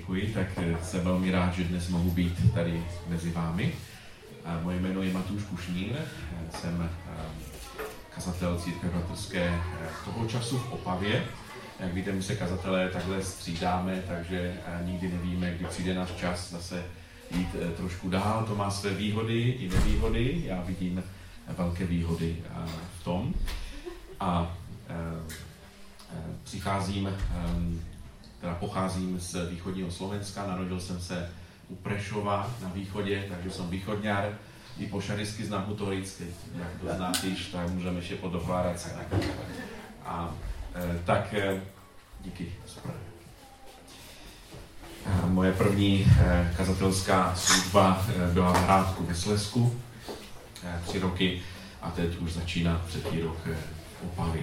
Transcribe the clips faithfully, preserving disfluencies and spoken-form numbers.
děkuji, tak jsem velmi rád, že dnes mohu být tady mezi vámi. Moje jméno je Matouš Kušnír, jsem kazatel Církve bratrské toho času v Opavě. Jak víte, my se kazatelé takhle střídáme, takže nikdy nevíme, kdy přijde náš čas zase jít trošku dál. To má své výhody i nevýhody. Já vidím velké výhody v tom. A přicházím, teda pocházím z východního Slovenska, narodil jsem se u Prešova na východě, takže jsem východňár. I po šarisky znám utoricky, jak to znáš, tak můžeme ještě podokládat se. A tak díky, super. Moje první kazatelská služba byla v Hrádku ve Slezsku, tři roky, a teď už začíná třetí rok v Opavě.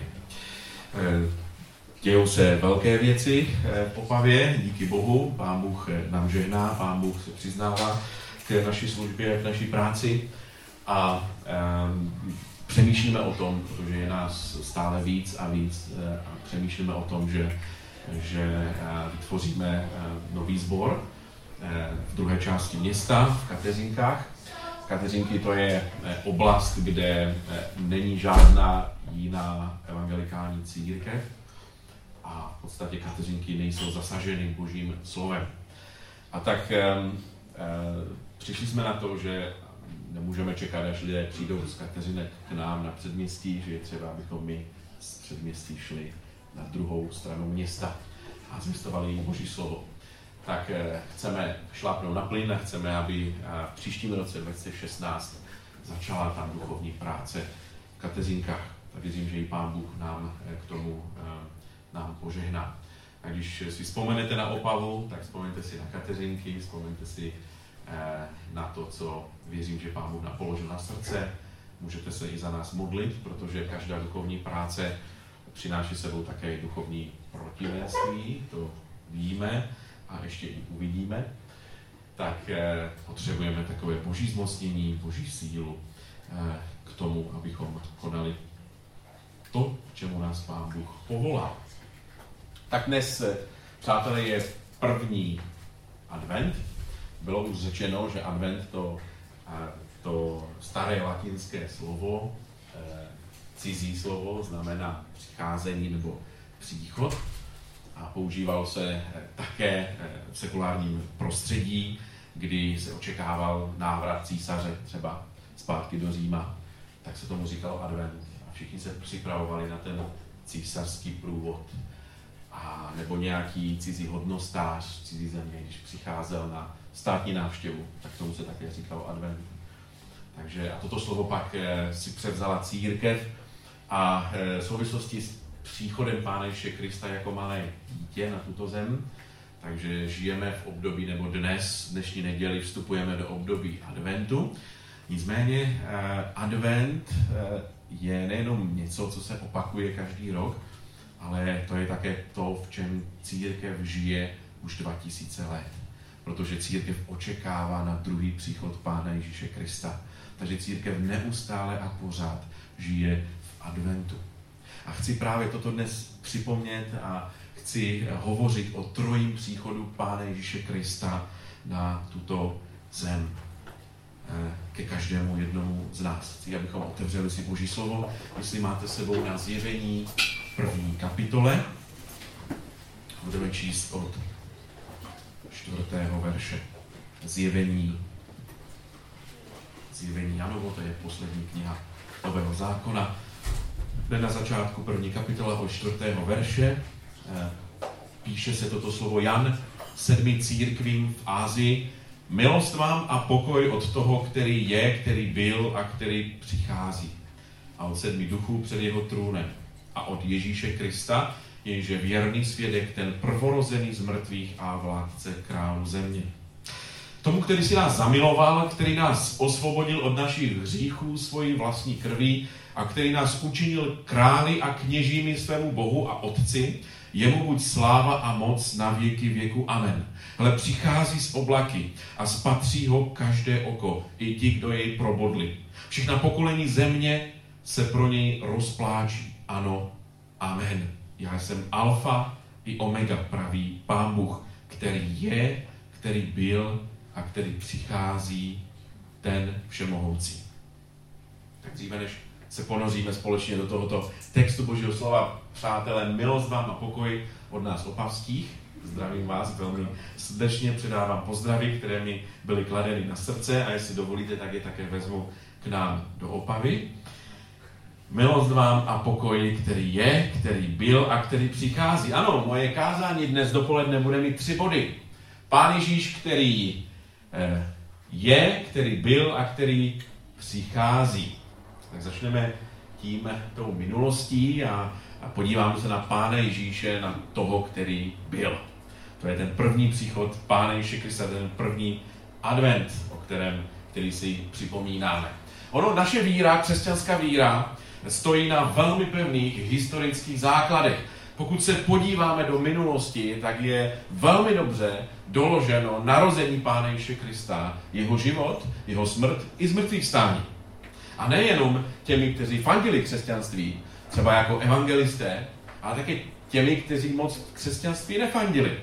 Dějou se velké věci v Opavě, díky Bohu, Pán Bůh nám žehná, Pán Bůh se přiznává k naší službě, k naší práci a um, přemýšlíme o tom, protože je nás stále víc a víc a přemýšlíme o tom, že, že vytvoříme nový sbor v druhé části města, v Kateřinkách. Kateřinky to je oblast, kde není žádná jiná evangelikální církev a v podstatě Kateřinky nejsou zasaženy Božím slovem. A tak e, e, přišli jsme na to, že nemůžeme čekat, až lidé přijdou z Kateřinek k nám na předměstí, že je třeba, abychom my z předměstí šli na druhou stranu města a zvěstovali jim Boží slovo. Tak e, chceme šlápnout na plyn a chceme, aby v příštím roce dva tisíce šestnáct začala tam duchovní práce v Kateřinkách. Tak věřím, že i Pán Bůh nám k tomu e, nám požehná. A když si vzpomenete na Opavu, tak vzpomeňte si na Kateřinky, vzpomeňte si eh, na to, co věřím, že Pán Bůh napoložil na srdce. Můžete se i za nás modlit, protože každá duchovní práce přináší sebou také duchovní protivenství, to víme a ještě i uvidíme. Tak eh, potřebujeme takové boží zmocnění, boží sílu eh, k tomu, abychom konali to, k čemu nás Pán Bůh povolal. Tak dnes, přátelé, je první advent. Bylo už řečeno, že advent to, to staré latinské slovo, cizí slovo, znamená přicházení nebo příchod. A používalo se také v sekulárním prostředí, kdy se očekával návrat císaře třeba zpátky do Říma. Tak se tomu říkalo advent. A všichni se připravovali na ten císařský průvod. A nebo nějaký cizí hodnostář cizí země, když přicházel na státní návštěvu, tak tomu se také říkalo advent. Takže a toto slovo pak e, si převzala církev a e, v souvislosti s příchodem Pána Ježíše Krista jako malé dítě na tuto zem, takže žijeme v období, nebo dnes, dnešní neděli, vstupujeme do období adventu. Nicméně e, advent e, je nejenom něco, co se opakuje každý rok, ale to je také to, v čem církev žije už dva tisíce let. Protože církev očekává na druhý příchod Pána Ježíše Krista. Takže církev neustále a pořád žije v adventu. A chci právě toto dnes připomnět a chci hovořit o trojím příchodu Pána Ježíše Krista na tuto zem. Ke každému jednomu z nás. Chci, abychom otevřeli si Boží slovo. Jestli máte s sebou na Zjevení první kapitole, budeme číst od čtvrtého verše. Zjevení. Zjevení Janovo, to je poslední kniha Nového zákona. Jde na začátku první kapitola od čtvrtého verše. Píše se toto slovo: Jan sedmi církvím v Ázii, milost vám a pokoj od toho, který je, který byl a který přichází. A od sedmi duchů před jeho trůnem. A od Ježíše Krista, jenž je věrný svědek, ten prvorozený z mrtvých a vládce králu země. Tomu, který si nás zamiloval, který nás osvobodil od našich hříchů svojí vlastní krví a který nás učinil králi a kněžími svému Bohu a Otci, jemu buď sláva a moc na věky věku. Amen. Ale přichází z oblaky a spatří ho každé oko, i ti, kdo jej probodli. Všechna pokolení země se pro něj rozpláčí. Ano, amen. Já jsem alfa i omega, praví Pán Bůh, který je, který byl a který přichází, ten všemohoucí. Tak dříve, než se ponoříme společně do tohoto textu Božího slova, přátelé, milost vám a pokoj od nás opavských. Zdravím vás velmi srdečně, předávám pozdravy, které mi byly kladeny na srdce a jestli dovolíte, tak je také vezmu k nám do Opavy. Milost vám a pokoj, který je, který byl a který přichází. Ano, moje kázání dnes dopoledne bude mít tři body. Pán Ježíš, který je, který byl a který přichází. Tak začneme tím tou minulostí a, a podíváme se na Pána Ježíše, na toho, který byl. To je ten první příchod Pána Ježíše Krista, ten první advent, o kterém, který si připomínáme. Ono, naše víra, křesťanská víra, stojí na velmi pevných historických základech. Pokud se podíváme do minulosti, tak je velmi dobře doloženo narození Pána Ježíše Krista, jeho život, jeho smrt i zmrtvýchvstání. A nejenom těmi, kteří fandili křesťanství, třeba jako evangelisté, ale také těmi, kteří moc v křesťanství nefandili.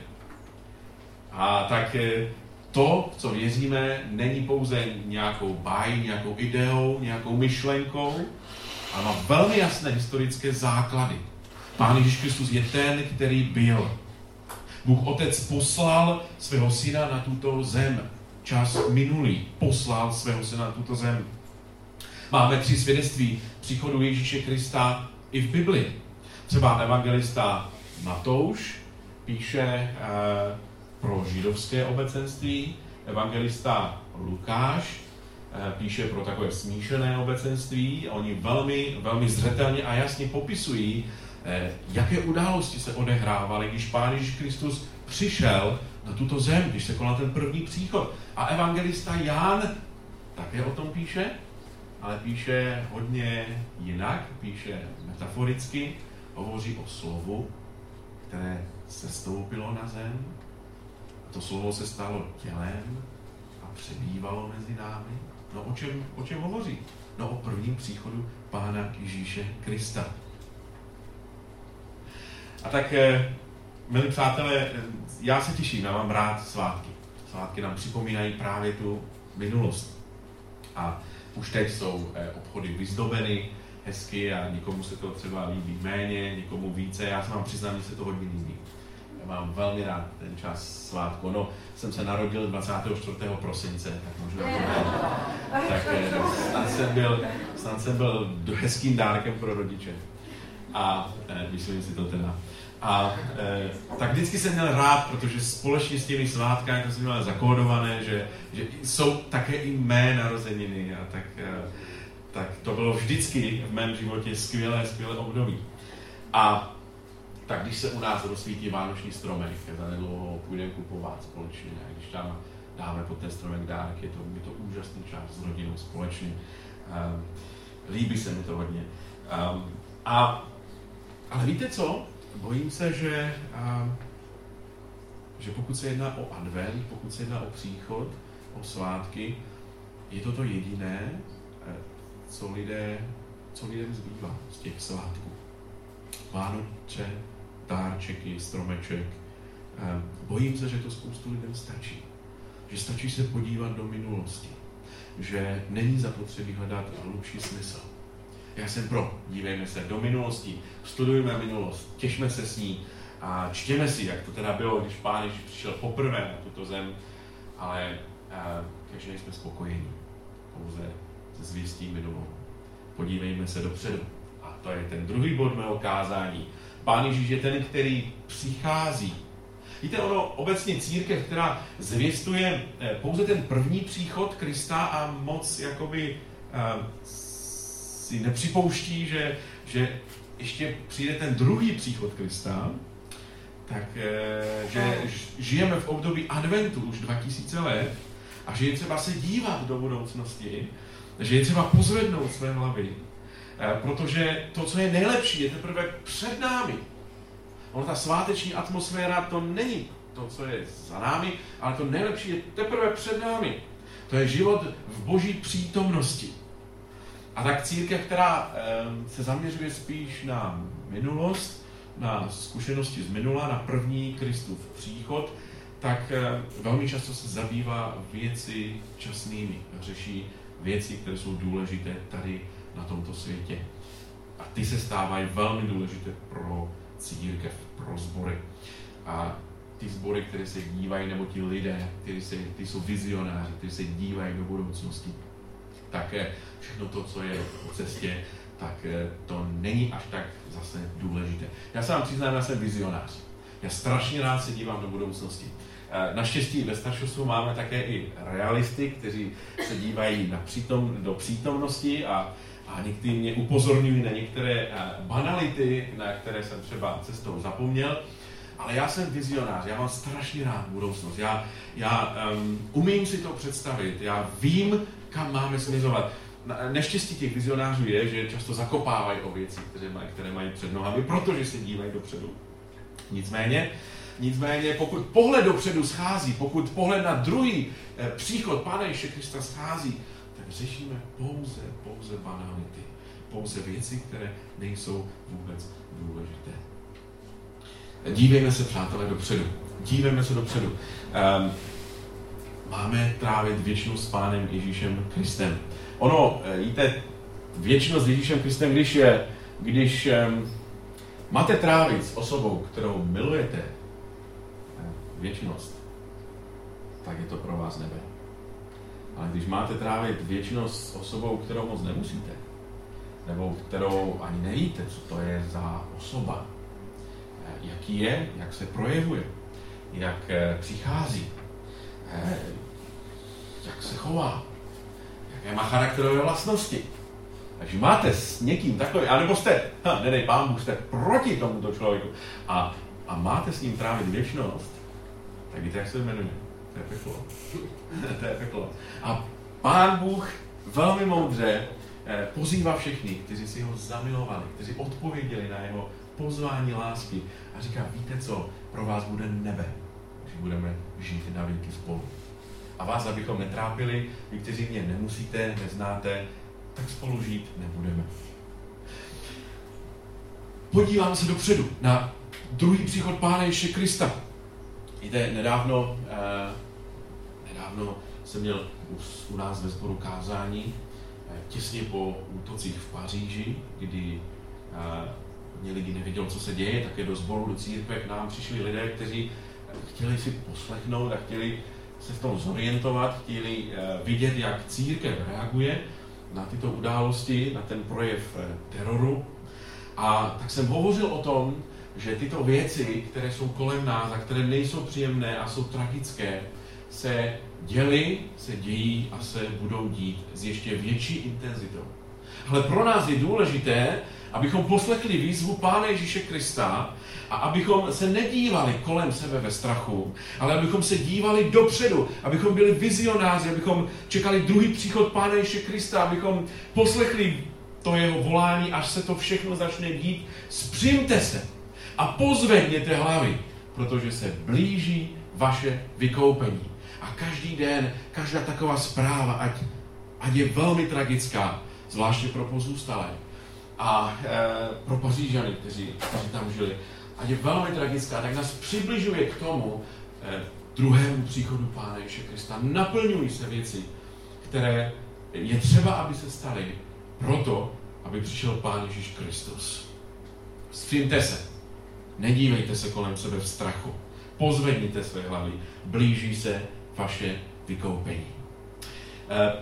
A tak to, co věříme, není pouze nějakou bájí, nějakou ideou, nějakou myšlenkou, ale má velmi jasné historické základy. Pán Ježíš Kristus je ten, který byl. Bůh Otec poslal svého syna na tuto zem. Čas minulý poslal svého syna na tuto zem. Máme tři svědectví příchodu Ježíše Krista i v Bibli. Třeba evangelista Matouš píše eh, pro židovské obecenství, evangelista Lukáš eh, píše pro takové smíšené obecenství. Oni velmi, velmi zřetelně a jasně popisují, eh, jaké události se odehrávaly, když Pán Ježíš Kristus přišel na tuto zem, když se konal ten první příchod. A evangelista Jan také o tom píše, ale píše hodně jinak, píše metaforicky, hovoří o slovu, které se stoupilo na zem. A to slovo se stalo tělem a přebývalo mezi námi. No o čem, o čem hovoří? No o prvním příchodu Pána Ježíše Krista. A tak, milí přátelé, já se těším, já mám rád svátky. Svátky nám připomínají právě tu minulost. A už teď jsou obchody vyzdobeny hezky a někomu se to třeba líbí méně, někomu více. Já se vám přiznám, že se to hodně líbí. Já mám velmi rád ten čas svátku. No, jsem se narodil dvacátého čtvrtého prosince, tak možná to ne. Tak snad jsem byl, snad jsem byl hezkým dárkem pro rodiče. A eh, myslím si to teda. A eh, tak vždycky jsem měl rád, protože společně s těmi svátkami to jsem měl zakódované, že, že jsou také i mé narozeniny. A tak, eh, tak to bylo vždycky v mém životě skvělé, skvělé období. A tak když se u nás rozsvítí vánoční stromek, zanedlouho půjdeme kupovat společně. A když tam dáme pod ten stromek dárek, je to, je to úžasný čas s rodinou společně. Um, líbí se mi to hodně. Um, a, ale víte co? Bojím se, že, um, že pokud se jedná o advent, pokud se jedná o příchod, o svátky, je to to jediné, co lidé, co lidem zbývá z těch svátků. Vánoce, dárčeky, stromeček. Bojím se, že to spoustu lidem stačí. Že stačí se podívat do minulosti. Že není zapotřebí hledat hlubší smysl. Já jsem pro. Dívejme se do minulosti, studujme minulost, těšme se s ní a čtěme si, jak to teda bylo, když Pán Ježíš přišel poprvé na tuto zem, ale takže nejsme spokojení. Pouze se zvěstí minulou. Podívejme se dopředu. A to je ten druhý bod mého kázání. Pán Ježíš je ten, který přichází. Víte, ono obecně církev, která zvěstuje pouze ten první příchod Krista a moc jakoby uh, si nepřipouští, že, že ještě přijde ten druhý příchod Krista, tak uh, že žijeme v období adventu už dva tisíce let a že je třeba se dívat do budoucnosti, že je třeba pozvednout své hlavy, protože to, co je nejlepší, je teprve před námi. Ono, ta sváteční atmosféra, to není to, co je za námi, ale to nejlepší je teprve před námi. To je život v Boží přítomnosti. A tak církev, která se zaměřuje spíš na minulost, na zkušenosti z minula, na první Kristův příchod, tak velmi často se zabývá věci časnými. Řeší věci, které jsou důležité tady na tomto světě. A ty se stávají velmi důležité pro církev, pro sbory. A ty sbory, které se dívají, nebo ti lidé, kteří se, ty jsou vizionáři, kteří se dívají do budoucnosti, tak všechno to, co je po cestě, tak to není až tak zase důležité. Já se vám přiznám, já jsem vizionář. Já strašně rád se dívám do budoucnosti. Naštěstí ve staršostvu máme také i realisty, kteří se dívají na přítom, do přítomnosti a, a někteří mě upozorňují na některé banality, na které jsem třeba cestou zapomněl. Ale já jsem vizionář, já mám strašně rád budoucnost. Já, já um, umím si to představit, já vím, kam máme směřovat. Neštěstí těch vizionářů je, že často zakopávají o věci, které mají, které mají před nohami, protože se dívají dopředu. Nicméně, nicméně, pokud pohled dopředu schází, pokud pohled na druhý eh, příchod Pána Ježíše Krista schází, tak řešíme pouze, pouze banality, pouze věci, které nejsou vůbec důležité. Dívejme se, přátelé, dopředu. Dívejme se dopředu. Um, máme trávit věčnost s Pánem Ježíšem Kristem. Ono, víte, věčnost s Ježíšem Kristem, když, když um, máte trávit s osobou, kterou milujete, věčnost, tak je to pro vás nebe. Ale když máte trávit věčnost s osobou, kterou moc nemusíte, nebo kterou ani nevíte, co to je za osoba, jaký je, jak se projevuje, jak přichází, jak se chová, jaké má charakterové vlastnosti. Takže máte s někým takový, anebo jste, ha, nedej Pán Bůh, jste proti tomuto člověku a, a máte s ním trávit věčnost, tak víte, jak se jmenuje? To je peklo. To je peklo. A Pán Bůh velmi moudře eh, pozývá všechny, kteří si ho zamilovali, kteří odpověděli na jeho pozvání lásky a říká, víte co, pro vás bude nebe, že budeme žít na věky spolu. A vás, abychom netrápili, vy, kteří mě nemusíte, neznáte, tak spolu žít nebudeme. Podívám se dopředu na druhý příchod Pána Ježíše Krista. Víte, nedávno, eh, nedávno jsem měl u, u nás ve sboru kázání eh, těsně po útocích v Paříži, kdy eh, hodně lidí nevědělo, co se děje, také do sboru, do církve k nám přišli lidé, kteří chtěli si poslechnout a chtěli se v tom zorientovat, chtěli uh, vidět, jak církev reaguje na tyto události, na ten projev uh, teroru. A tak jsem hovořil o tom, že tyto věci, které jsou kolem nás a které nejsou příjemné a jsou tragické, se děly, se dějí a se budou dít s ještě větší intenzitou. Ale pro nás je důležité, abychom poslechli výzvu Pána Ježíše Krista a abychom se nedívali kolem sebe ve strachu, ale abychom se dívali dopředu, abychom byli vizionáři, abychom čekali druhý příchod Pána Ježíše Krista, abychom poslechli to jeho volání, až se to všechno začne dít. Spřimte se a pozvedněte hlavy, protože se blíží vaše vykoupení. A každý den, každá taková zpráva, ať, ať je velmi tragická, zvláště pro pozůstalé a e, pro Pařížany, kteří, kteří tam žili, ať je velmi tragická, tak nás přibližuje k tomu e, druhému příchodu Pána Ježíše Krista. Naplňují se věci, které je třeba, aby se staly proto, aby přišel Pán Ježíš Kristus. Spřimte se, nedívejte se kolem sebe v strachu, pozvedněte své hlavy, blíží se vaše vykoupení. E,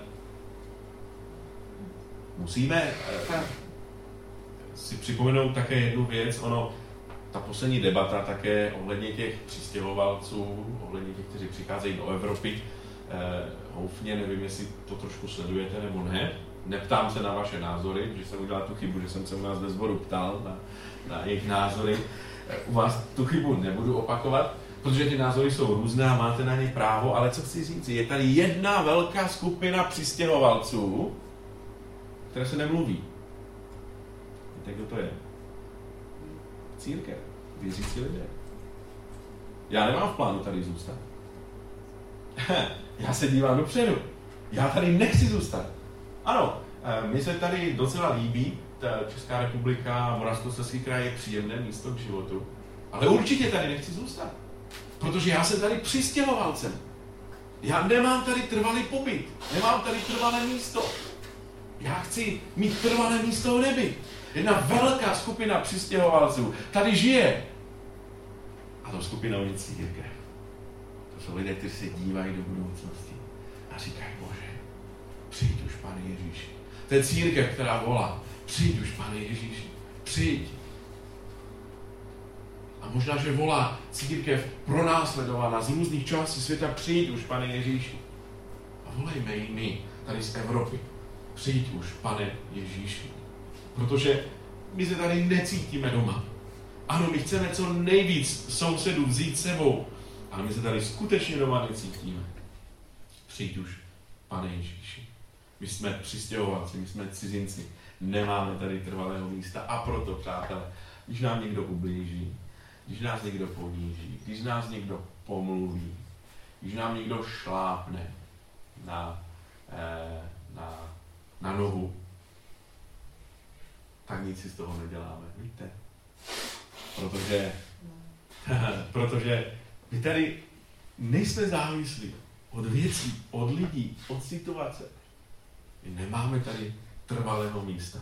Musíme eh, si připomenout také jednu věc, ono, ta poslední debata také ohledně těch přistěhovalců, ohledně těch, kteří přicházejí do Evropy, eh, houfně, nevím, jestli to trošku sledujete nebo ne, neptám se na vaše názory, že jsem udělal tu chybu, že jsem se u nás ve sboru ptal na, na jejich názory. Eh, u vás tu chybu nebudu opakovat, protože ty názory jsou různé a máte na ně právo, ale co chci říct, je tady jedna velká skupina přistěhovalců, které se nemluví. Víte, kdo to je? Církev. Věřící lidé. Já nemám v plánu tady zůstat. Já se dívám dopředu. Já tady nechci zůstat. Ano, mně se tady docela líbí, ta Česká republika, Moravskoslezský kraj je příjemné místo k životu, ale určitě tady nechci zůstat. Protože já jsem tady přistěhovalcem. Já nemám tady trvalý pobyt. Nemám tady trvalé místo. Já chci mít trvalé místo v nebi. Jedna velká skupina přistěhovalců tady žije. A to skupina je církev. To jsou lidé, kteří se dívají do budoucnosti a říkají, Bože, přijď už, Pane Ježíši. To je církev, která volá, přijď už, Pane Ježíši, přijď. A možná, že volá církev pronásledovaná z různých částí světa, přijď už, Pane Ježíši. A volejme jí my, tady z Evropy, přijď už, Pane Ježíši. Protože my se tady necítíme doma. Ano, my chceme co nejvíc sousedů vzít sebou, ale my se tady skutečně doma necítíme. Přijď už, Pane Ježíši. My jsme přistěhovalci, my jsme cizinci, nemáme tady trvalého místa a proto, přátelé, když nám někdo ublíží, když nás někdo poníží, když nás někdo pomluví, když nám někdo šlápne na, eh, na, na nohu, tak nic si z toho neděláme, víte? Protože, protože my tady nejsme závislí od věcí, od lidí, od situace. My nemáme tady trvalého místa.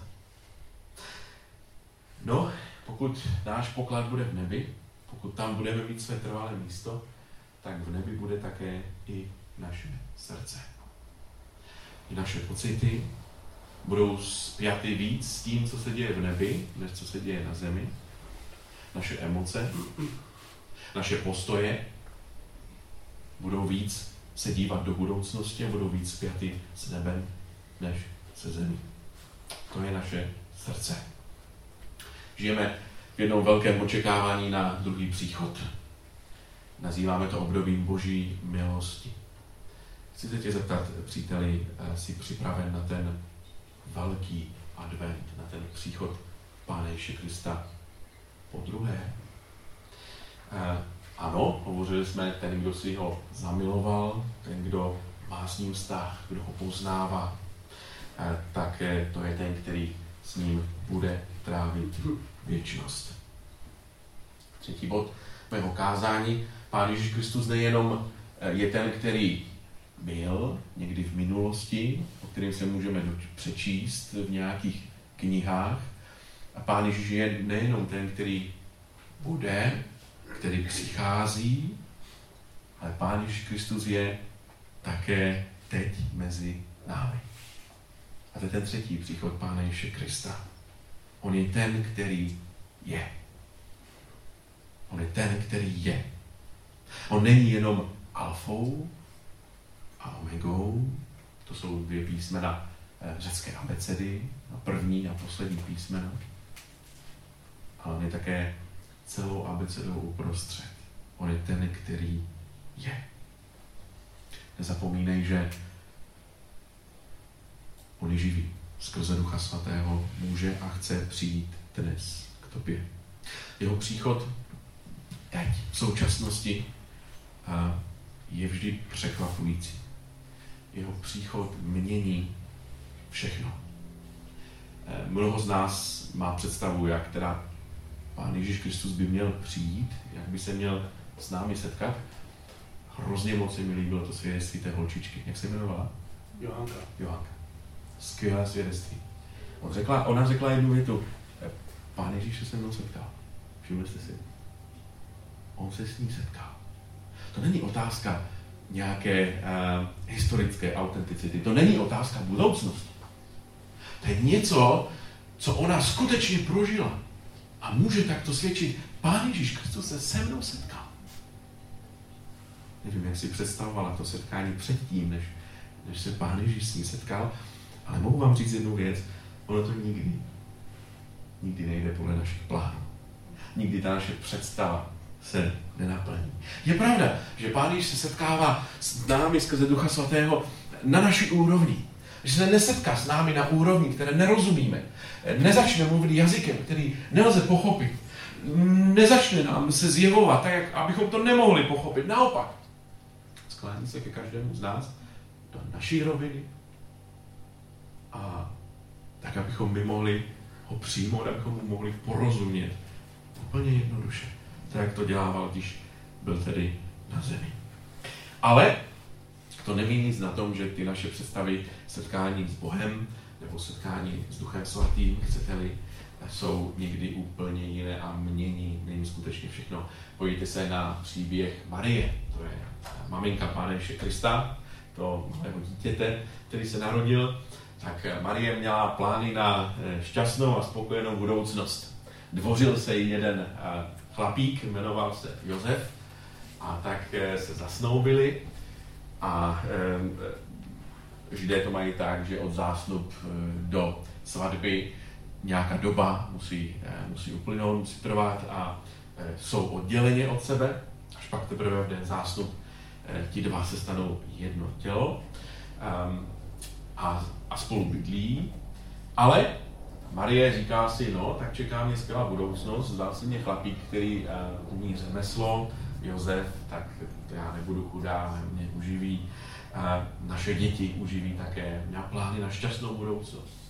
No, pokud náš poklad bude v nebi, pokud tam budeme mít své trvalé místo, tak v nebi bude také i naše srdce. I naše pocity budou spjaty víc s tím, co se děje v nebi, než co se děje na zemi. Naše emoce, naše postoje budou víc se dívat do budoucnosti a budou víc spjaty s nebem, než se zemí. To je naše srdce. Žijeme v jednom velkém očekávání na druhý příchod. Nazýváme to obdobím Boží milosti. Chci se tě zeptat, příteli, jsi připraven na ten velký advent, na ten příchod Pána Ježíše Krista po druhé? Eh, ano, hovořili jsme, ten, kdo si ho zamiloval, ten, kdo má s ním vztah, kdo ho poznává, eh, tak eh, to je ten, který s ním bude trávit věčnost. Třetí bod mého kázání. Pán Ježíš Kristus nejenom je ten, který byl někdy v minulosti, o kterém se můžeme přečíst v nějakých knihách. A Pán Ježíš je nejenom ten, který bude, který přichází, ale Pán Ježíš Kristus je také teď mezi námi. A to je ten třetí příchod Pána Ježíše Krista. On je ten, který je. On je ten, který je. On není jenom alfou a omegou, to jsou dvě písmena řecké abecedy, první a poslední písmeno, ale on je také celou abecedou uprostřed. On je ten, který je. Nezapomínej, že on je živý. Skrze Ducha Svatého může a chce přijít dnes k tobě. Jeho příchod teď, v současnosti, je vždy překvapující. Jeho příchod mění všechno. Mnoho z nás má představu, jak teda Pán Ježíš Kristus by měl přijít, jak by se měl s námi setkat. Hrozně moc se mi líbilo to svědectví té holčičky. Jak se jmenovala? Johanka. Johanka. Skvělé svědectví. On řekla, ona řekla jednu větu. Pán Ježíš se se mnou setkal. Všimli jste si? On se s ní setkal. To není otázka nějaké uh, historické autenticity. To není otázka budoucnosti. To je něco, co ona skutečně prožila. A může takto svědčit. Pán Ježíš Kristus se se mnou setkal. Nevím, jak si představovala to setkání předtím, než, než se Pán Ježíš s ní setkal. Ale mohu vám říct jednu věc. Ono to nikdy, nikdy nejde podle našich plánů. Nikdy ta naše představa se nenaplní. Je pravda, že Pán Ježíš se setkává s námi skrze Ducha Svatého na naší úrovni. Že se nesetká s námi na úrovni, které nerozumíme. Nezačne mluvit jazykem, který nelze pochopit. Nezačne nám se zjevovat tak, jak, abychom to nemohli pochopit. Naopak. Sklání se ke každému z nás do naší roviny a tak, abychom my mohli ho přijmout, abychom mu mohli porozumět. Úplně jednoduše. Tak, jak to dělával, když byl tedy na zemi. Ale to nemění nic na tom, že ty naše představy setkání s Bohem nebo setkání s Duchem Svatým, chcete-li, jsou někdy úplně jiné a mění, mění skutečně všechno. Pojďte se na příběh Marie, to je maminka Pána Ježíše Krista, to malého dítěte, který se narodil, tak Marie měla plány na šťastnou a spokojenou budoucnost. Dvořil se jí jeden chlapík, jmenoval se Josef, a tak se zasnoubili a Židé to mají tak, že od zásnub do svatby nějaká doba musí, musí uplynout, musí trvat a jsou odděleně od sebe, až pak teprve v den zásnub ti dva se stanou jedno tělo a, a spolu bydlí, ale Marie říká si, no, tak čeká mě skvělá budoucnost, zdal si mě chlapík, který uh, umí řemeslo, Josef, tak to já nebudu chudá, mě uživí, uh, naše děti uživí také, měla plány na šťastnou budoucnost.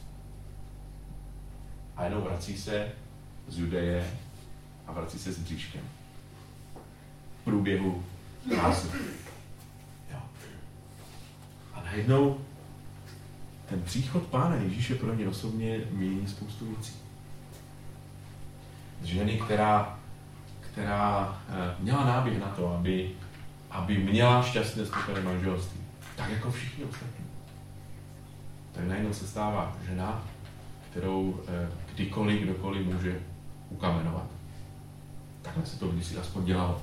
A jenom vrací se z Judeje a vrací se s bříškem. V průběhu krásy. Jo. A najednou ten příchod Pána Ježíše pro mě osobně mění spoustu věcí. Ženy, která, která měla náběh na to, aby, aby měla šťastné spokojené manželství, tak jako všichni ostatní. Tak najednou se stává žena, kterou kdykoliv, kdokoliv může ukamenovat. Takhle se to kdysi aspoň dělalo.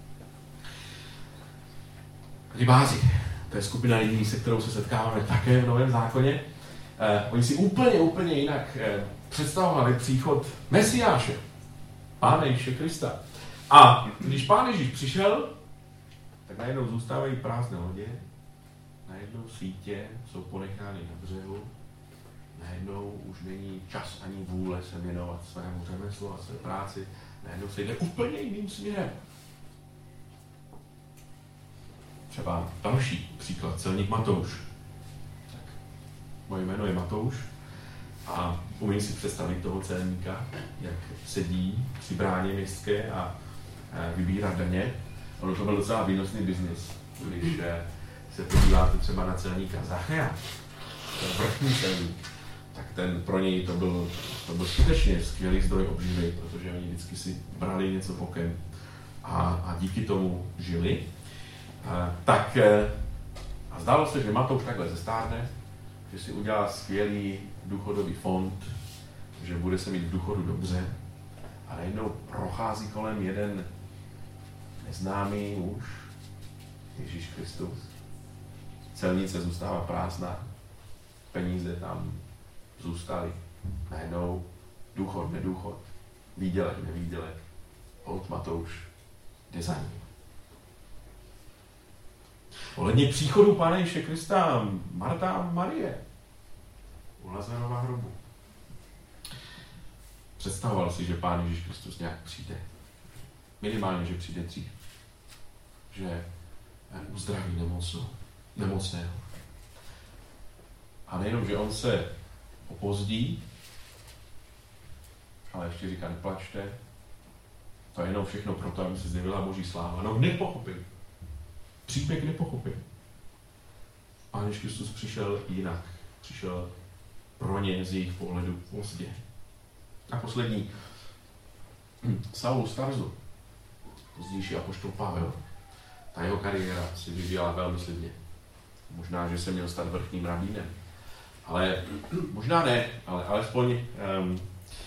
Rybáři. To je skupina lidí, se kterou se setkáváme také v Novém zákoně. Eh, oni si úplně, úplně jinak eh, představovali příchod Mesiáše, Pána Ježíše Krista. A když Pán Ježíš přišel, tak najednou zůstávají prázdné lodě, najednou sítě jsou ponechány na břehu, najednou už není čas ani vůle se věnovat svému řemeslu a své práci, najednou se jde úplně jiným směrem. Třeba další příklad, celník Matouš. Tak, moje jméno je Matouš a umím si představit toho celníka, jak sedí při bráně městské a vybírá daně. Ono to byl docela výnosný biznis, když se podíváte třeba na celníka Zachea, ten vrchní celník, tak ten pro něj to byl, to byl skutečně skvělý zdroj obživy, protože oni vždycky si brali něco bokem a, a díky tomu žili. A, tak a zdálo se, že Matouš takhle zestárne, že si udělá skvělý důchodový fond, že bude se mít v důchodu dobře a najednou prochází kolem jeden neznámý muž, Ježíš Kristus. Celnice zůstává prázdná, peníze tam zůstaly. Najednou důchod, nedůchod, výdělek, nevýdělek. Holt Matouš jde za ním. Ohledně příchodu Pána Ježíše Krista, Marta a Marie u Lazarova hrobu. Představoval si, že Pán Ježíš Kristus nějak přijde. Minimálně, že přijde dřív. Že uzdraví nemocnou, nemocného. A nejenom, že on se opozdí, ale ještě říká, neplačte. To je jenom všechno proto, aby se zjevila Boží sláva. No nepochopil. Příběh nepochopil. Pán Ježíš Kristus přišel jinak. Přišel pro ně z jejich pohledu pozdě. A poslední. Saul z Tarzu, pozdější apoštol Pavel. Ta jeho kariéra si vyvíjela velmi slibně. Možná, že se měl stát vrchním rabínem. Ale možná ne, ale alespoň um,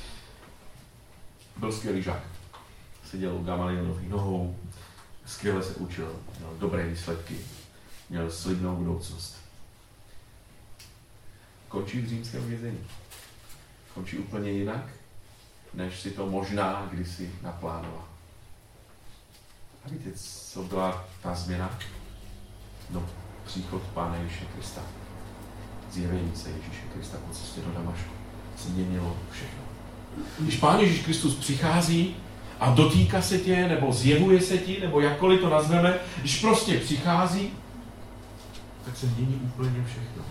byl skvělý žák. Seděl u Gamalielových nohou, skvěle se učil, měl dobré výsledky, měl slibnou budoucnost. Končí v římském vězení. Končí úplně jinak, než si to možná kdysi naplánoval. A víte, co byla ta změna? No, příchod Pána Ježíše Krista. Zjevení se Ježíše Krista po cestě do Damašku. Změnilo všechno. Když Pán Ježíš Kristus přichází a dotýká se tě, nebo zjevuje se ti, nebo jakkoliv to nazveme, když prostě přichází, tak se mění úplně všechno.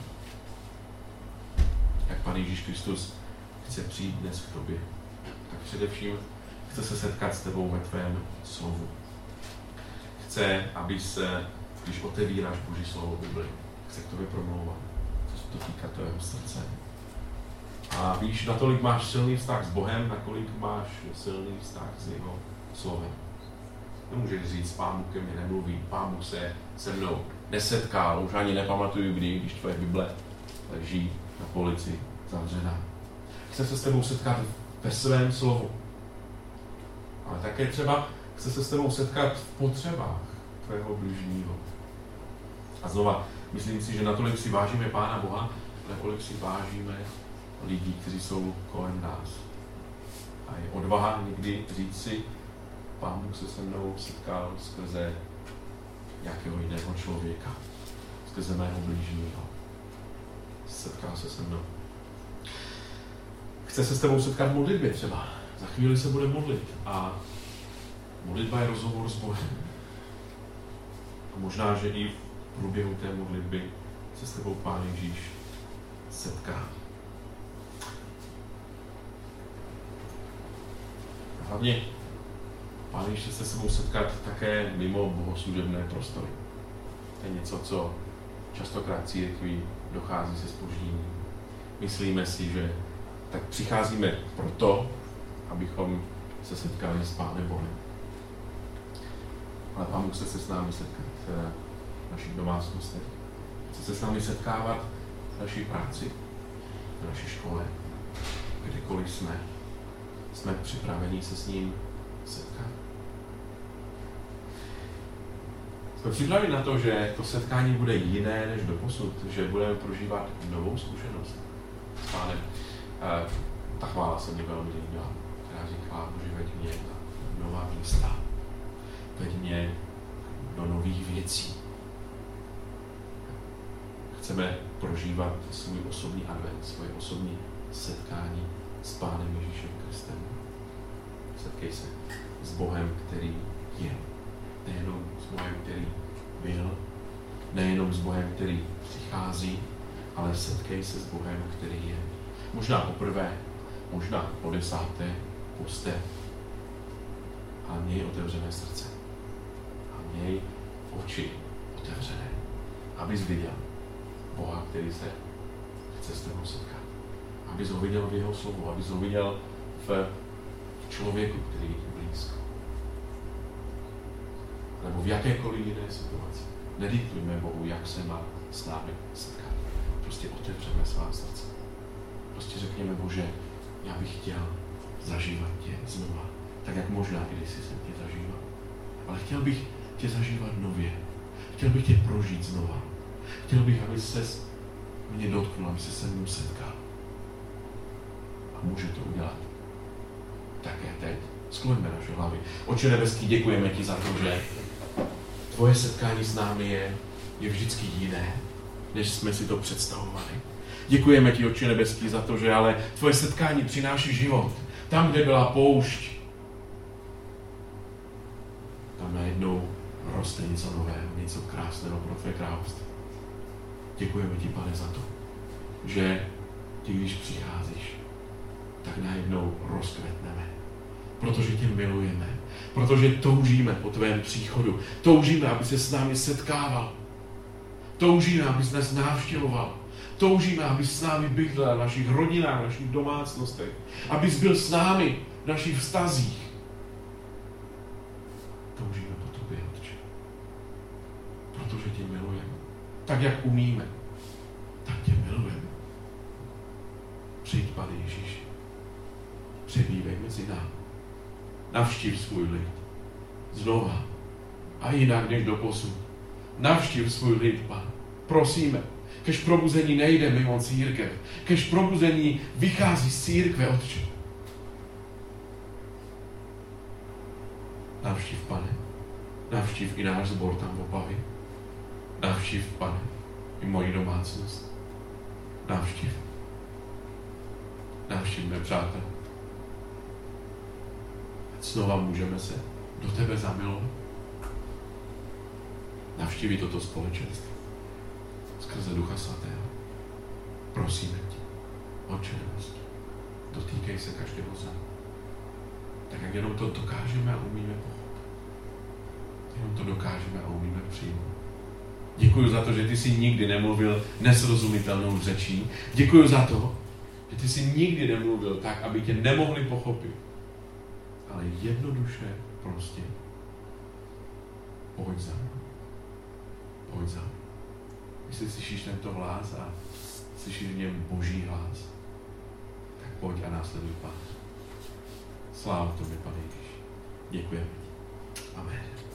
Jak Pán Ježíš Kristus chce přijít dnes k tobě, tak především chce se setkat s tebou ve tvém slovu. chce, aby se, když otevíráš Boží slovo Bibli, chce k tobě promlouvat. Co se to týká tvého srdce. A víš, natolik máš silný vztah s Bohem, nakolik máš silný vztah s jeho slovem. Nemůžeš říct, Pán Bůh ke mně nemluví, Pán Bůh se se mnou nesetkal, už ani nepamatuju kdy, když tvoje Bible leží na polici zavřená. Chce se s tebou setkat ve svém slovu. Ale také třeba chce se s tebou setkat v potřebách tvého bližního. A znova, myslím si, že natolik si vážíme Pána Boha, nakolik si vážíme lidí, kteří jsou kolem nás. A je odvaha někdy říct si, Pán Bůh se se mnou setkal skrze nějakého jiného člověka, skrze mého bližního. Setkal se se mnou. Chce se s tebou setkat v modlitbě třeba. Za chvíli se bude modlit a modlitba je rozhovor s Bohem. A možná, že i v průběhu té modlitby se s tebou Pán Ježíš setká. Hlavně Pán Ježíš se s sebou setkat také mimo bohoslužebné prostory. To je něco, co častokrát církví dochází se zpožděním. Myslíme si, že tak přicházíme proto, abychom se setkali s Pánem Bohem. Ale Pán Bůh chce se s námi setkat v našich domácnostech. Chce se s námi setkávat v naší práci, v naší škole, kdekoliv jsme. Jsme připraveni se s ním setkat. Jsme připraveni na to, že to setkání bude jiné než doposud, že budeme prožívat novou zkušenost s Pánem. E, ta chvála se mi velmi líbila, která říká, že veď mě na nová místa, veď mě do nových věcí. Chceme prožívat svůj osobní advent, svoje osobní setkání s Pánem Ježíšem Kristem. Setkej se s Bohem, který je. Nejenom s Bohem, který byl, nejenom s Bohem, který přichází, ale setkej se s Bohem, který je. Možná poprvé, možná po desáté, puste. A měj otevřené srdce. A měj oči otevřené, abys viděl Boha, který se chce s tebou setkat. Abys ho viděl v jeho slovu, abys ho viděl v člověku, který je blízko. Nebo v jakékoliv jiné situaci. Nediktujme Bohu, jak se má s námi setkat. Prostě otevřeme svá srdce. Prostě řekněme, Bože, já bych chtěl zažívat tě znova. Tak jak možná kdysi jsem tě zažíval. Ale chtěl bych tě zažívat nově. Chtěl bych tě prožít znova. Chtěl bych, aby ses mě dotknul, aby se se mnou setkal. A může to udělat také teď. Skloňme naše hlavy. Oče nebeský, děkujeme ti za to, že tvoje setkání s námi je, je vždycky jiné, než jsme si to představovali. Děkujeme ti, Oče nebeský, za to, že ale tvoje setkání přináší život. Tam, kde byla poušť, tam najednou roste něco nového, něco krásného pro tvé království. Děkujeme ti, Pane, za to, že ty, když přicházíš, tak najednou rozkvetneme. Protože tě milujeme. Protože toužíme po tvém příchodu. Toužíme, aby se s námi setkával. Toužíme, aby se nás návštěvoval. Toužíme, aby s námi bydlel v našich rodinách, v našich domácnostech. Abys byl s námi v našich vztazích. Toužíme po tobě, Otče. Protože tě milujeme. Tak, jak umíme, tak tě milujeme. Přijď, Pane Ježíši. Přebývej mezi námi. Navštív svůj lid. Znova. A jinak než doposud. Navštív svůj lid, Pane. Prosíme. Kež probuzení nejde mimo církev. Kež probuzení vychází z církve, Otče. Navštív, Pane. Navštív i náš sbor tam v Opavě. Navštív, Pane, i moji domácnost. Navštív. Navštív mé přátelé. Znova můžeme se do tebe zamilovat. Navštíví toto společenství. Skrze Ducha Svatého. Prosíme tě, Otče nebeský, dotýkej se každého z nás. Tak jak jenom to dokážeme a umíme pochopit. Jenom to dokážeme a umíme přijmout. Děkuji za to, že ty jsi nikdy nemluvil nesrozumitelnou řečí. Děkuji za to, že ty jsi nikdy nemluvil tak, aby tě nemohli pochopit. Ale jednoduše, prostě. Pojď za mnou. Pojď za mnou. Jestli slyšíš tento hlas a slyšíš v něm Boží hlas, tak pojď a následuj Pána. Sláva tobě, Pane Ježíši. Děkujeme ti. Amen.